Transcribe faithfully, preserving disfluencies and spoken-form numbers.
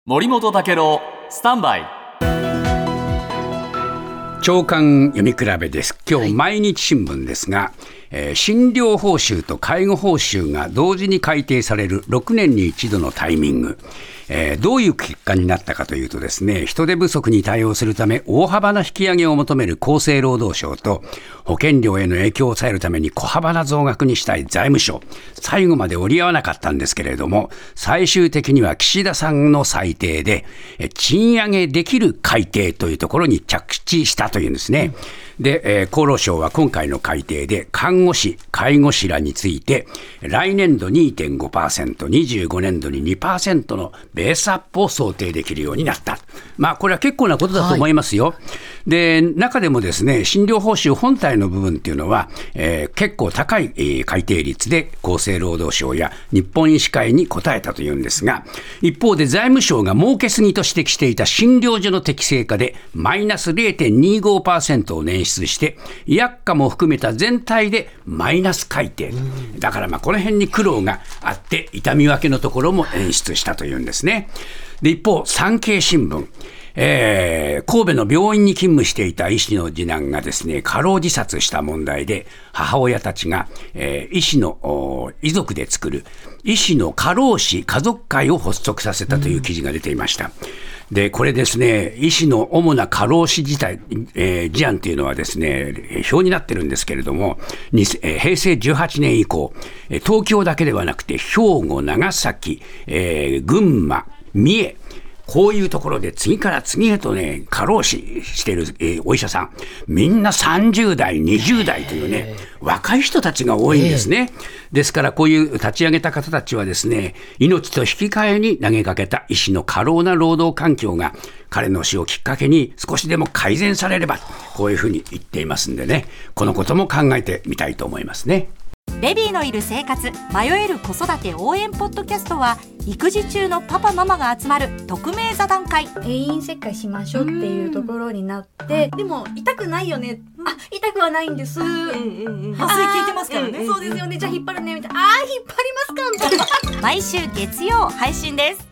森本武郎スタンバイ朝刊読み比べです。今日毎日新聞ですが、えー、診療報酬と介護報酬が同時に改定されるろくねんに一度のタイミング、えー、どういう結果になったかというとですね、人手不足に対応するため大幅な引き上げを求める厚生労働省と保険料への影響を抑えるために小幅な増額にしたい財務省、最後まで折り合わなかったんですけれども、最終的には岸田さんの裁定で賃上げできる改定というところに着地したというんですね。で、えー、厚労省は今回の改定で看護師、介護士らについて来年度 にてんごパーセント、にじゅうごねんどに にパーセント のベースアップを想定できるようになった。まあこれは結構なことだと思いますよ、はい、で中でもですね、診療報酬本体の部分っていうのは、えー、結構高い、えー、改定率で厚生労働省や日本医師会に応えたというんですが、一方で財務省が儲けすぎと指摘していた診療所の適正化でマイナス れいてんにごパーセント を捻出して、医薬価も含めた全体でマイナス改定だから、まあこの辺に苦労があって痛み分けのところも演出したというんですね。で一方産経新聞、えー、神戸の病院に勤務していた医師の次男がですね、過労自殺した問題で母親たちが、えー、医師の遺族で作る医師の過労死家族会を発足させたという記事が出ていました。でこれですね、医師の主な過労死事態、えー、事案というのはですね、表になってるんですけれども、にえー、へいせいじゅうはちねん以降、東京だけではなくて兵庫、長崎、えー、群馬、三重、こういうところで次から次へとね、過労死している、えー、お医者さん、みんなさんじゅうだい、にじゅうだいというね、若い人たちが多いんですね。ですからこういう立ち上げた方たちはですね、命と引き換えに投げかけた医師の過労な労働環境が彼の死をきっかけに少しでも改善されれば、こういうふうに言っていますんでね、このことも考えてみたいと思いますね。 ベビーのいる生活、迷える子育て応援ポッドキャストは、育児中のパパママが集まる匿名座談会。 定員切開しましょうっていうところになって、でも痛くないよね、あ、痛くはないんです、うんうんうん、 麻酔効いてますからね、 そうですよね、じゃあ引っ張るねみたいな、あー引っ張りますかみたいな毎週月曜配信です。